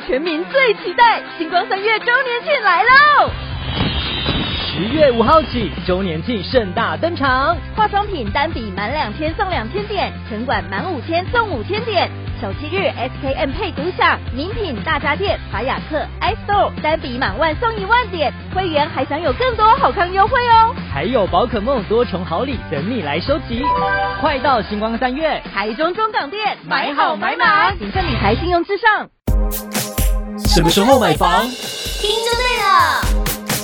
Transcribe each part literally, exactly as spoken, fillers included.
全民最期待星光三月周年庆来喽！ 十月五号起，周年庆盛大登场， 化妆品单笔满两千送两千点，城管满五千送五千点。首七日 S K M 配独享，名品大家电、法雅克、iStore 单笔满万送一万点，会员还享有更多好康优惠哦！ 还有宝可梦多重好礼等你来收集，快到星光三月台中中港店买好买满，谨慎理财，信用至上。 什么时候买房？ 听就对了。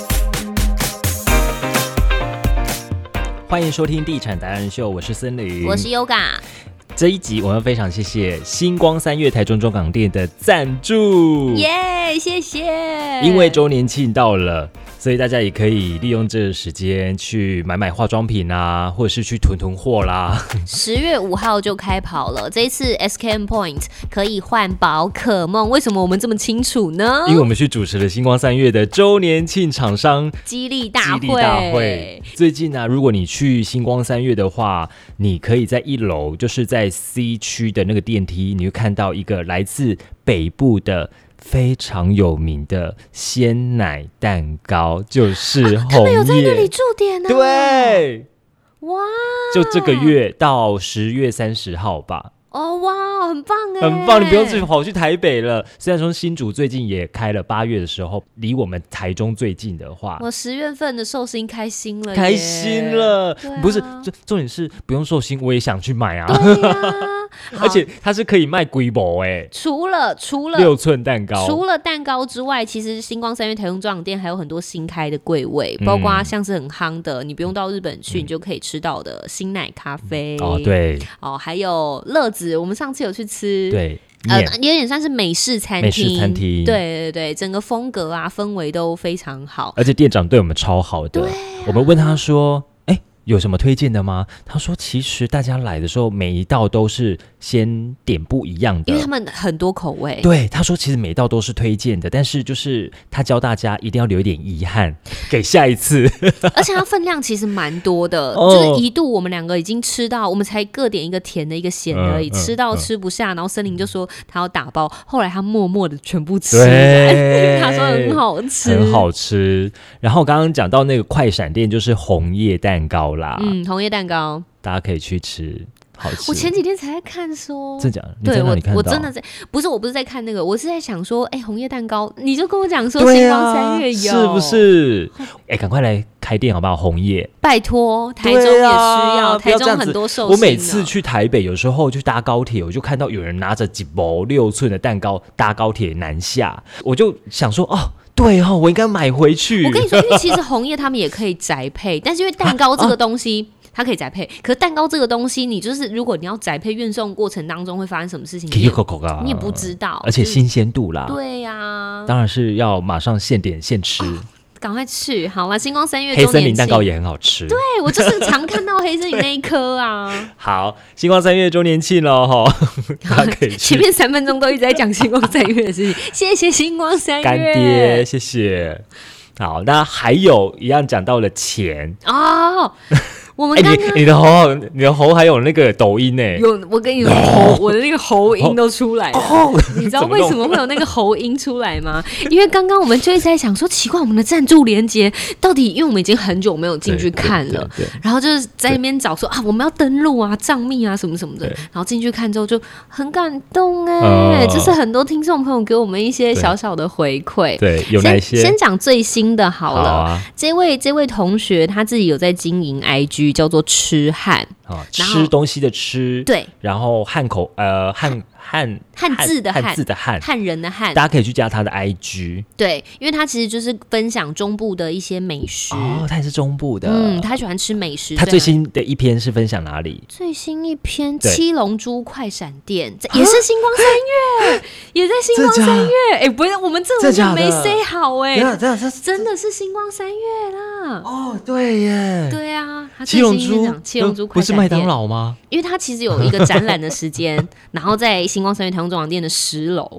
欢迎收听地产达人秀，我是森林， 我是 Yoga。 这一集我们非常谢谢星光三月台中中港店的赞助， 耶、yeah, 谢谢。 因为周年庆到了，所以大家也可以利用这个时间去买买化妆品啊，或者是去囤囤货啦。 十月五号就开跑了，这一次 S K M Point 可以换宝可梦，为什么我们这么清楚呢？ 因为我们去主持了星光三月的周年庆厂商激励大会。 激励大会最近啊，如果你去星光三月的话，你可以在一楼，就是在 C 区的那个电梯，你会看到一个来自北部的非常有名的鲜奶蛋糕，就是红叶、啊、他们有在那里驻点啊？ 对， 哇， 就这个月到十月三十号吧。 哦哇，很棒哎， 很棒！你不用自己跑去台北了。虽然说新竹最近也开了，八月的时候离我们台中最近的话， 我十月份的寿星开心了耶， 开心了。 啊、 不是，重点是不用寿星，我也想去买啊。 对啊而且它是可以卖规模哎， 除了除了六寸蛋糕， 除了蛋糕之外，其实星光三月台中中港店还有很多新开的柜位，嗯、包括像是很夯的，你不用到日本去，嗯、你就可以吃到的新奶咖啡。 哦，对， 哦，还有乐子，我们上次有去吃， 对， 呃，有点算是美式餐厅， 美式餐厅， 对对对，整个风格啊氛围都非常好， 而且店长对我们超好的。 对啊、 我们问他说，哎，有什么推荐的吗？他说其实大家来的时候每一道都是先点不一样的， 因为他们很多口味。 对，他说其实每一道都是推荐的，但是就是他教大家一定要留一点遗憾给下一次。 而且它分量其实蛮多的，哦、就是一度我们两个已经吃到，我们才各点一个甜的一个咸的而已，嗯、吃到吃不下，嗯、然后森林就说他要打包，后来他默默的全部吃完，他说很好吃， 很好吃。然后刚刚讲到那个快闪店就是红叶蛋糕啦， 嗯，红叶蛋糕大家可以去吃。好吃， 我前几天才在看说， 真假的？ 对，我我真的在，不是我不是在看那个，我是在想说，哎、欸，红叶蛋糕，你就跟我讲说星光三月有， 是不是？哎、欸，赶快来开店好不好？红叶， 拜托，台中也需要，啊、台中很多寿星。 我每次去台北，有时候去搭高铁，我就看到有人拿着几包六寸的蛋糕搭高铁南下，我就想说，哦。对哦，我应该买回去。 我跟你说，因为其实红叶他们也可以宅配，但是因为蛋糕这个东西。啊啊它可以宅配，可是蛋糕这个东西，你就是如果你要宅配运送过程当中会发生什么事情，你也, 你也不知道， 而且新鲜度啦， 对呀、啊， 当然是要马上现点现吃。哦赶快去好了！星光三月黑森林蛋糕也很好吃， 对我就是常看到黑森林那一颗啊。 好，星光三月周年庆了哈，大家可以去。 前面三分钟都一直在讲星光三月的事情，谢谢星光三月， 干爹，谢谢。好，那还有一样讲到了钱哦。我们刚刚、 欸、你, 你的喉，你的喉还有那个抖音呢、欸？ 有，我跟你说，喉，我的那个喉音都出来了。哦、你知道为什么会有那个喉音出来吗？因为刚刚我们就一直在想说，奇怪，我们的赞助连结到底，因为我们已经很久没有进去看了，然后就是在那边找说啊，我们要登录啊、账密啊什么什么的，然后进去看之后就很感动哎、欸，哦、就是很多听众朋友给我们一些小小的回馈。 对，有哪些？ 先讲最新的好了。好啊、 这位这位同学他自己有在经营 I G。叫做吃汉、 哦，吃东西的吃， 对， 然后汉口呃汉汉汉字的汉， 汉字的汉， 汉人的汉， 大家可以去加他的 I G， 对，因为他其实就是分享中部的一些美食哦，他也是中部的， 嗯，他喜欢吃美食。 他最新的一篇是分享哪里？ 最新一篇七龙珠快闪店，也是星光三月，也在星光三月，哎、欸，不是，我们这完全没 say 好哎、欸，真的是星光三月啦。 哦，对耶， 对啊，他七龙珠， 七龙珠快闪店不是麦当劳吗？ 因为他其实有一个展览的时间，然后在星光三月台中中港店的十楼。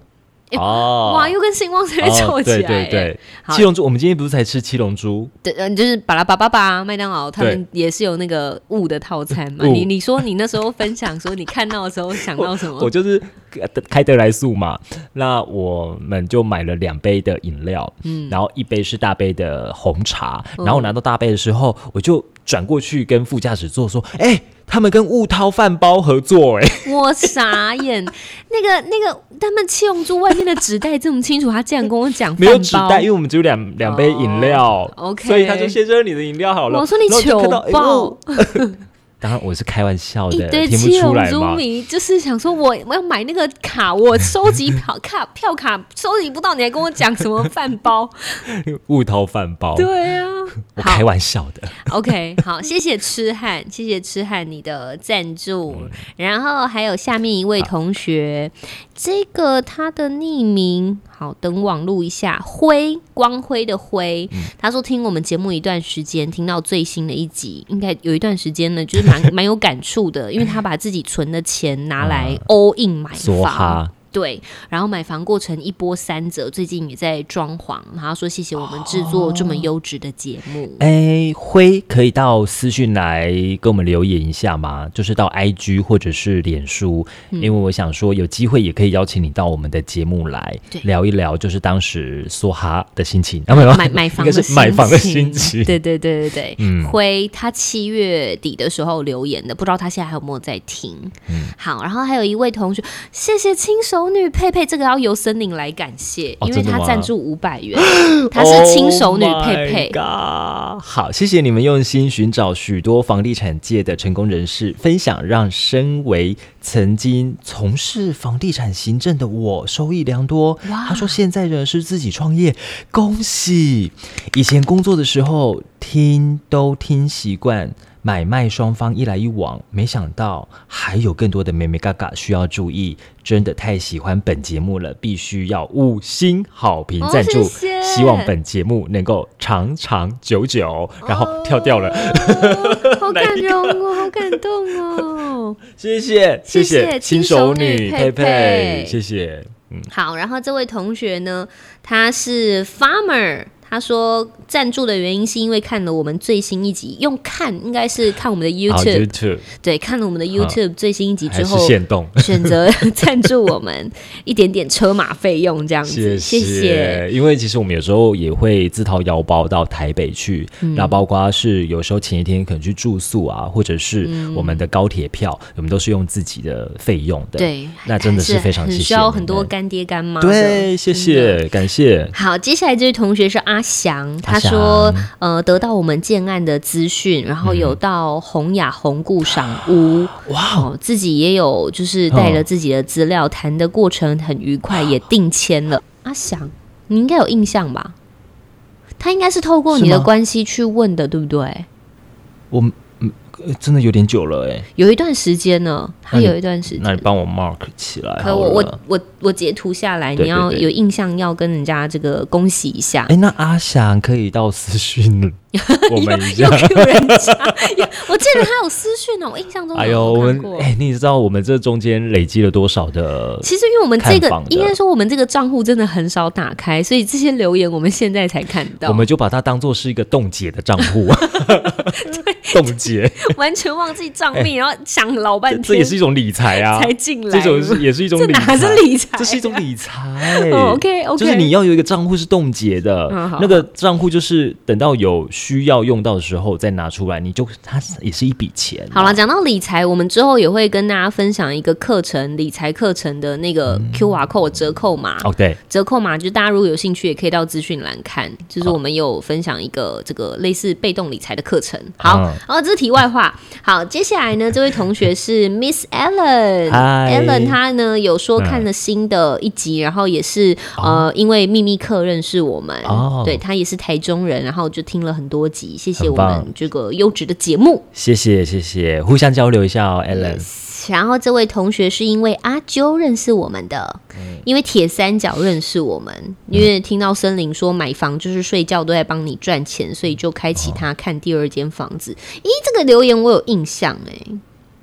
哦， 哇，又跟星光三月凑起来、欸哦。对对对， 好七龙珠，我们今天不是才吃七龙珠？ 对，嗯，就是巴拉巴巴巴，麦当劳他们也是有那个雾的套餐嘛。你你说你那时候分享说你看到的时候想到什么？ 我, 我就是开得来速嘛，那我们就买了两杯的饮料，嗯，然后一杯是大杯的红茶，然后拿到大杯的时候，我就转过去跟副驾驶座说：“哎、欸，他们跟雾涛饭包合作、欸。”哎， 我傻眼。那个那个，他们七龙珠外面的纸袋这么清楚，他竟然跟我讲没有纸袋，因为我们只有两两杯饮料、 哦、，OK， 所以他就先生你的饮料好了。 我说你糗爆。 当然我是开玩笑的， 一堆七龙珠迷就是想说我，我要买那个卡，我收集票卡票卡收集不到，你还跟我讲什么饭包？ 雾涛饭包。 对啊， 我开玩笑的。 OK， 好，谢谢痴汉，谢谢痴汉你的赞助、嗯。然后还有下面一位同学，这个他的匿名，好，等网录一下，辉光辉的辉、嗯，他说听我们节目一段时间，听到最新的一集，应该有一段时间呢，就是。蛮蛮有感触的，因为他把自己存的钱拿来 all in 买房，对，然后买房过程一波三折，最近也在装潢，然后说谢谢我们制作这么优质的节目。 哎、哦，辉可以到私讯来跟我们留言一下吗？就是到 I G 或者是脸书、嗯，因为我想说有机会也可以邀请你到我们的节目来聊一聊，就是当时梭哈的心情，啊、没有买买房的心情， 买房的心情。 对对对对对，嗯，辉他七月底的时候留言的，不知道他现在还有没有在听。嗯，好，然后还有一位同学，谢谢亲手。熟女佩佩，这个要由森林来感谢、哦、因为她赞助五百元，她是亲手女佩佩。 Oh、好，谢谢你们用心寻找许多房地产界的成功人士，分享让身为曾经从事房地产行政的我收益良多。他说现在呢是自己创业，恭喜！以前工作的时候听都听习惯。买卖双方一来一往，没想到还有更多的眉眉角角需要注意，真的太喜欢本节目了，必须要五星好评赞助、哦、谢谢，希望本节目能够长长久久、哦、然后跳掉了、 哦、好感动哦好感动哦谢谢谢谢亲手女佩佩，谢谢、 嗯、好，然后这位同学呢，他是 Farmer，他说赞助的原因是因为看了我们最新一集，用看应该是看我们的 YouTube，, YouTube 对，看了我们的 YouTube 最新一集之后，选择赞助我们一点点车马费用这样子，谢谢。谢谢。 因为其实我们有时候也会自掏腰包到台北去，那、嗯、包括是有时候前一天可能去住宿啊，或者是我们的高铁票、嗯，我们都是用自己的费用的。 对， 那真的是非常谢谢， 很需要很多干爹干妈。 对，谢谢，感谢。 好，接下来这位同学是阿翔，他说呃得到我们建案的资讯，然后有到洪雅红顾赏屋，哇、哦，自己也有就是带了自己的资料，谈、哦、的过程很愉快，也订签了。阿翔，你应该有印象吧？他应该是透过你的关系去问的，对不对？ 我真的有点久了哎、欸， 有一段时间呢，他有一段时间， 那你帮我 mark 起来好了。 可我我我我截图下来，对对对，你要有印象，要跟人家这个恭喜一下。 哎，那阿翔可以到私讯我们一下， 有有人家，我记得他有私讯哦，我印象中有看过。哎呦， 我们哎，你知道我们这中间累积了多少的？ 其实因为我们这个应该说我们这个账户真的很少打开，所以这些留言我们现在才看到。 我们就把它当作是一个冻结的账户， 对， 冻结。 完全忘记账密、欸，然后想老半天， 这也是一种理财啊！ 才进来， 这种是也是一种理财， 这哪是理财、啊？ 这是一种理财。 哦、OK OK， 就是你要有一个账户是冻结的，嗯、那个账户就是等到有需要用到的时候再拿出来，你就它也是一笔钱、啊。 好了，讲到理财，我们之后也会跟大家分享一个课程，理财课程的那个 Q R code 折扣码。 哦、嗯，对， 折扣码就是大家如果有兴趣，也可以到资讯栏看。就是我们有分享一个这个类似被动理财的课程。好，然、嗯、后这是题外话。好，接下来呢，这位同学是 Miss Ellen，Ellen 她呢有说看了新的一集，嗯、然后也是、哦、呃因为秘密课认识我们，哦、对，她也是台中人，然后就听了很多集，谢谢我们这个优质的节目， 谢谢谢谢，互相交流一下哦 ，Ellen。 然后这位同学是因为阿啾认识我们的，嗯、因为铁三角认识我们，嗯、因为听到森林说买房就是睡觉都在帮你赚钱，所以就开启他看第二间房子。咦，这个留言我有印象哎，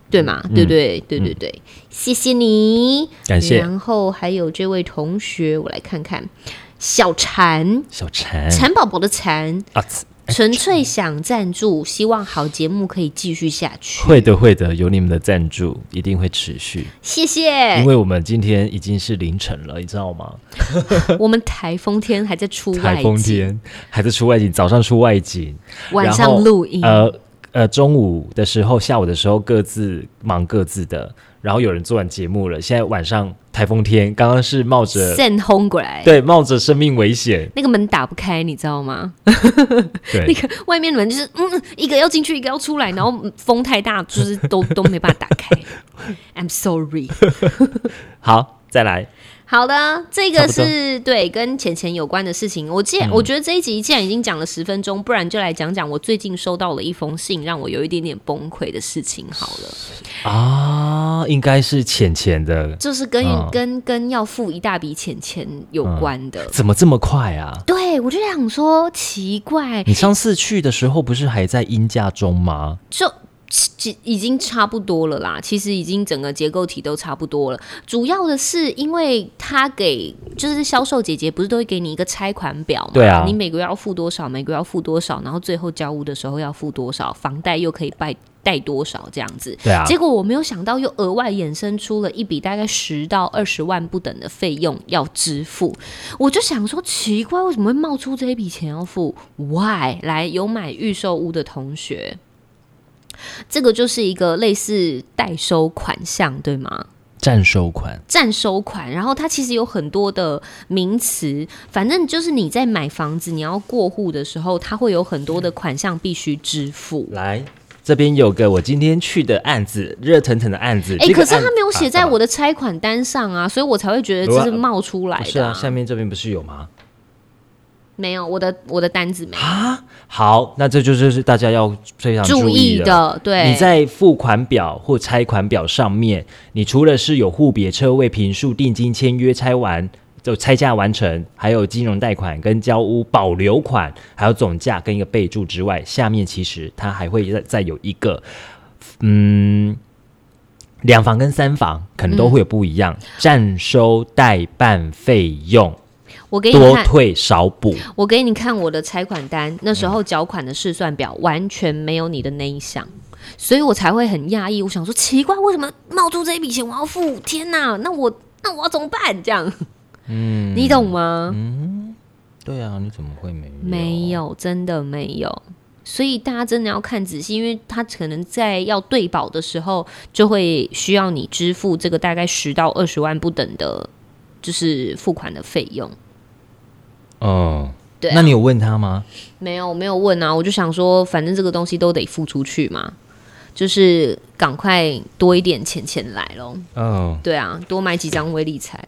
对嘛？ 嗯、 对对对对对、嗯，谢谢你， 感谢。 然后还有这位同学，我来看看，小蝉， 小蝉， 蝉宝宝的蝉啊。 纯粹想赞助，希望好节目可以继续下去。 会的，会的，有你们的赞助，一定会持续。 谢谢。 因为我们今天已经是凌晨了，你知道吗？ 我们台风天还在出外景， 台风天还在出外景，早上出外景， 晚上录音。 呃呃，中午的时候、下午的时候各自忙各自的。然后有人做完节目了，现在晚上台风天，刚刚是冒着扇风过来， 对，冒着生命危险，那个门打不开，你知道吗？ 对， 那个外面的门就是嗯，一个要进去，一个要出来，然后风太大，就是都都没办法打开。I'm sorry 。 好，再来。 好的，这个是对跟钱钱有关的事情。我既然、嗯、我觉得这一集既然已经讲了十分钟，不然就来讲讲我最近收到了一封信，让我有一点点崩溃的事情。好了， 啊，应该是钱钱的， 就是跟、嗯、跟跟要付一大笔钱钱有关的、 嗯。怎么这么快啊？ 对，我就想说奇怪， 你上次去的时候不是还在阴价中吗？ 就。已经差不多了啦，其实已经整个结构体都差不多了。主要的是因为他给就是销售姐姐不是都会给你一个拆款表嘛？ 对啊， 你每个月要付多少，每个月要付多少，然后最后交屋的时候要付多少，房贷又可以贷贷多少这样子。 对啊， 结果我没有想到又额外衍生出了一笔大概十到二十万不等的费用要支付。我就想说奇怪，为什么会冒出这一笔钱要付 ？Why？ 来，有买预售屋的同学。这个就是一个类似代收款项，对吗？ 暂收款， 暂收款，然后它其实有很多的名词，反正就是你在买房子，你要过户的时候，它会有很多的款项必须支付。 来，这边有个我今天去的案子，热腾腾的案子， 哎、欸， 这个、 可是它没有写在我的拆款单上啊，所以我才会觉得这是冒出来的、啊。 是啊，下面这边不是有吗？ 没有，我的我的单子没有啊。好，那这就是大家要非常注意的。 的对， 你在付款表或拆款表上面，你除了是有户别、车位、坪数、定金、签约、拆完就拆价完成，还有金融贷款跟交屋保留款，还有总价跟一个备注之外，下面其实它还会再再有一个，嗯。两房跟三房可能都会有不一样，暂、嗯、收代办费用。 我给你看多退少补。 我给你看我的拆款单，那时候缴款的试算表完全没有你的那一项，所以我才会很讶异。我想说奇怪，为什么冒出这一笔钱我要付？天哪，那我那我要怎么办？这样，嗯，你懂吗？ 嗯，对啊，你怎么会没有？ 没有，真的没有。所以大家真的要看仔细，因为他可能在要对保的时候，就会需要你支付这个大概十到二十万不等的，就是付款的费用。 哦， 对、啊， 那你有问他吗？ 没有，没有问啊。我就想说，反正这个东西都得付出去嘛，就是赶快多一点钱钱来咯。哦，对啊，多买几张威力彩，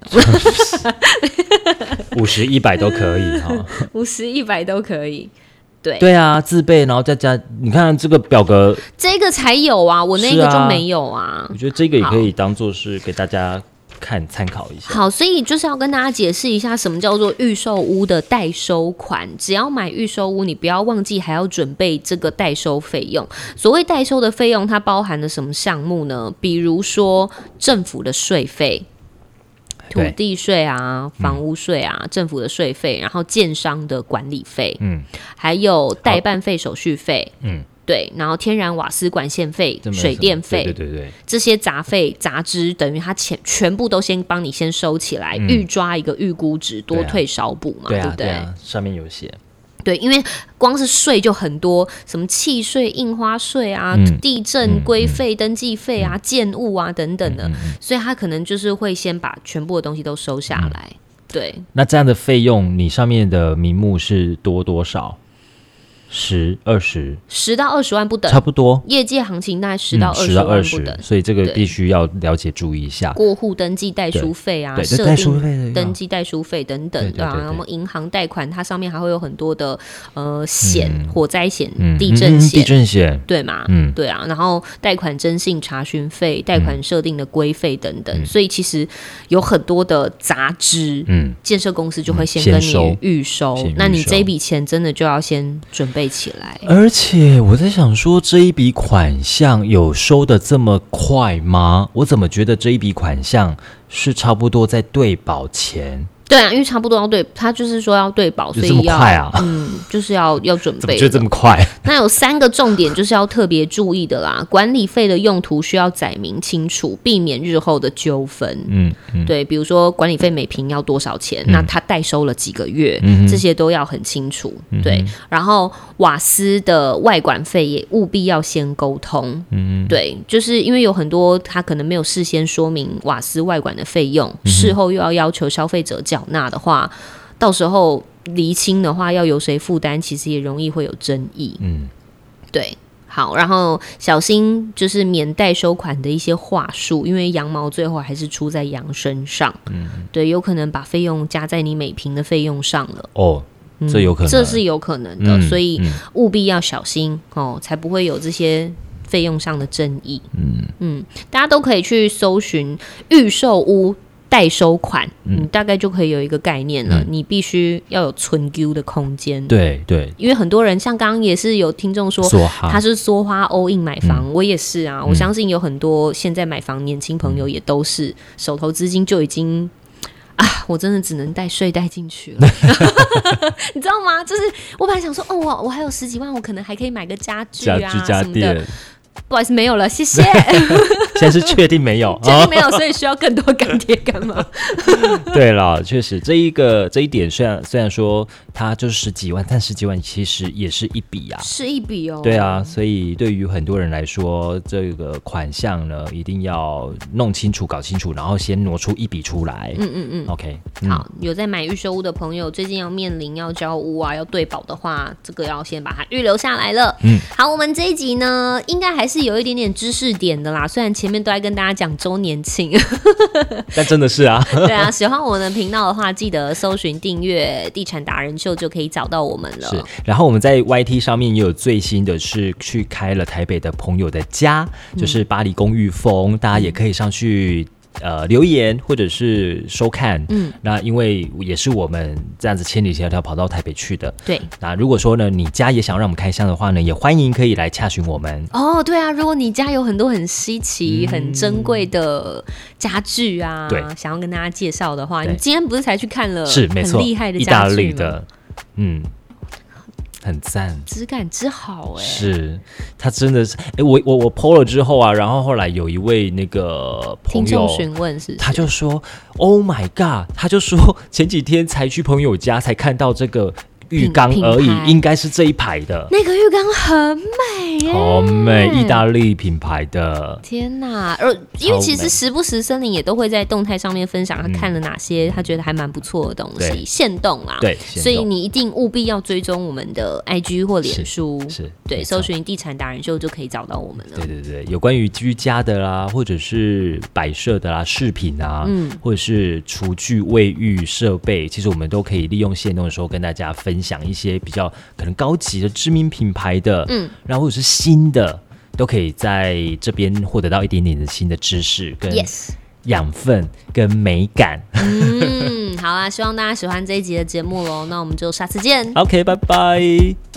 五十、一百都可以哈， 五十、一百都可以。对对啊，自备，然后再加，你看这个表格， 这个才有啊，我那个就没有啊。 我觉得这个也可以当做是给大家看参考一下。 好，所以就是要跟大家解释一下什么叫做预售屋的代收款。只要买预售屋，你不要忘记还要准备这个代收费用。所谓代收的费用，它包含了什么项目呢？比如说政府的税费。土地税啊，房屋税啊、嗯，政府的税费，然后建商的管理费，嗯，还有代办费、手续费，嗯，对，然后天然瓦斯管线费、水电费， 对对对对， 这些杂费杂支等于它全全部都先帮你先收起来，嗯、预抓一个预估值，多退少补嘛，对, 啊、对不对？ 对啊，上面有写。 对，因为光是税就很多，什么契税、印花税啊、嗯、地震规费、嗯、登记费啊、嗯、建物啊等等的、嗯嗯，所以他可能就是会先把全部的东西都收下来。嗯、对， 那这样的费用，你上面的名目是多多少？十、二十， 十到二十万不等， 差不多。 业界行情大概十到二十万不等、嗯， 所以这个必须要了解注意一下。 过户登记代书费啊，设定登记代书费等等，对啊，然后银行贷款，它上面还会有很多的呃险、嗯、火灾险、嗯、地震险、 嗯、地震险， 对嘛？嗯，对啊，然后贷款征信查询费、贷款设定的规费等等、嗯，所以其实有很多的杂支，嗯，建设公司就会先跟你预收，嗯、那你这笔钱真的就要先准备。 备起来。 而且我在想说，这一笔款项有收的这么快吗？我怎么觉得这一笔款项是差不多在对保前？ 对啊，因为差不多要对，他就是说要对保，所以要有这么快啊？ 嗯，就是要要准备。 怎么觉得这么快？ 那有三个重点就是要特别注意的啦。管理费的用途需要载明清楚，避免日后的纠纷。嗯, 嗯，对，比如说管理费每坪要多少钱，嗯、那他代收了几个月，嗯、这些都要很清楚。嗯、对，然后瓦斯的外管费也务必要先沟通。嗯，对，就是因为有很多他可能没有事先说明瓦斯外管的费用，嗯、事后又要要求消费者缴纳的话，到时候厘清的话要由谁负担，其实也容易会有争议。嗯，对，好，然后小心就是免代收款的一些话术，因为羊毛最后还是出在羊身上。嗯，对，有可能把费用加在你每坪的费用上了。哦。 这有可能、嗯， 这是有可能的，嗯、所以务必要小心哦，才不会有这些费用上的争议。嗯嗯，大家都可以去搜寻预售屋代收款，嗯，你大概就可以有一个概念了。嗯、你必须要有存 Q 的空间， 对对， 因为很多人像刚刚也是有听众说他是梭花 all in 买房，嗯、我也是啊，我相信有很多现在买房年轻朋友也都是手头资金就已经。啊，我真的只能带睡袋进去了，你知道吗？就是我本来想说，哦，我我还有十几万，我可能还可以买个家具啊家具家电什么的。 不好意思，没有了，谢谢。 现在是确定没有， 确定没有，所以需要更多干爹干嘛？ 对了，确实这一个这一点，虽然虽然说它就是十几万，但十几万其实也是一笔啊， 是一笔哦。 对啊，所以对于很多人来说，这个款项呢，一定要弄清楚、搞清楚，然后先挪出一笔出来。嗯嗯嗯 ，OK，嗯、 好，有在买预售屋的朋友，最近要面临要交屋啊、要对保的话，这个要先把它预留下来了。嗯，好，我们这一集呢，应该还是有一点点知识点的啦，虽然前面都在跟大家讲周年庆， 但真的是啊， 对啊，喜欢我们的频道的话，记得搜寻订阅地产达人秀就可以找到我们了。 是，然后我们在 Y T 上面也有最新的是去开了台北的朋友的家，嗯、就是巴黎公寓风，大家也可以上去。呃，留言或者是收看，嗯，那因为也是我们这样子千里迢迢跑到台北去的， 对。 那如果说呢，你家也想让我们开箱的话呢，也欢迎可以来洽询我们。 哦，对啊，如果你家有很多很稀奇、嗯、很珍贵的家具啊，对，想要跟大家介绍的话，你今天不是才去看了是没错， 很厉害的家具吗？ 意大利的，嗯。很赞， 质感之好哎、欸， 是他真的是哎、欸，我我我 po 了之后啊，然后后来有一位那个朋友听众询问是， 他就说 Oh my god， 他就说前几天才去朋友家才看到这个浴缸而已，应该是这一排的。 那个浴缸很美耶， 好美，意大利品牌的。 天哪！呃，因为其实时不时森林也都会在动态上面分享他看了哪些他觉得还蛮不错的东西，限动啦。 对， 所以你一定务必要追踪我们的 I G 或脸书， 是，是对，搜寻地产达人秀就可以找到我们了。 对对对，有关于居家的啦，或者是摆设的啦、饰品啊，嗯，或者是厨具、卫浴设备，其实我们都可以利用限动的时候跟大家分享。分享一些比较可能高级的知名品牌的，嗯，然后或者是新的，都可以在这边获得到一点点的新的知识跟养分跟美感。 嗯，好啦，希望大家喜欢这一集的节目咯，那我们就下次见。 OK， 拜拜。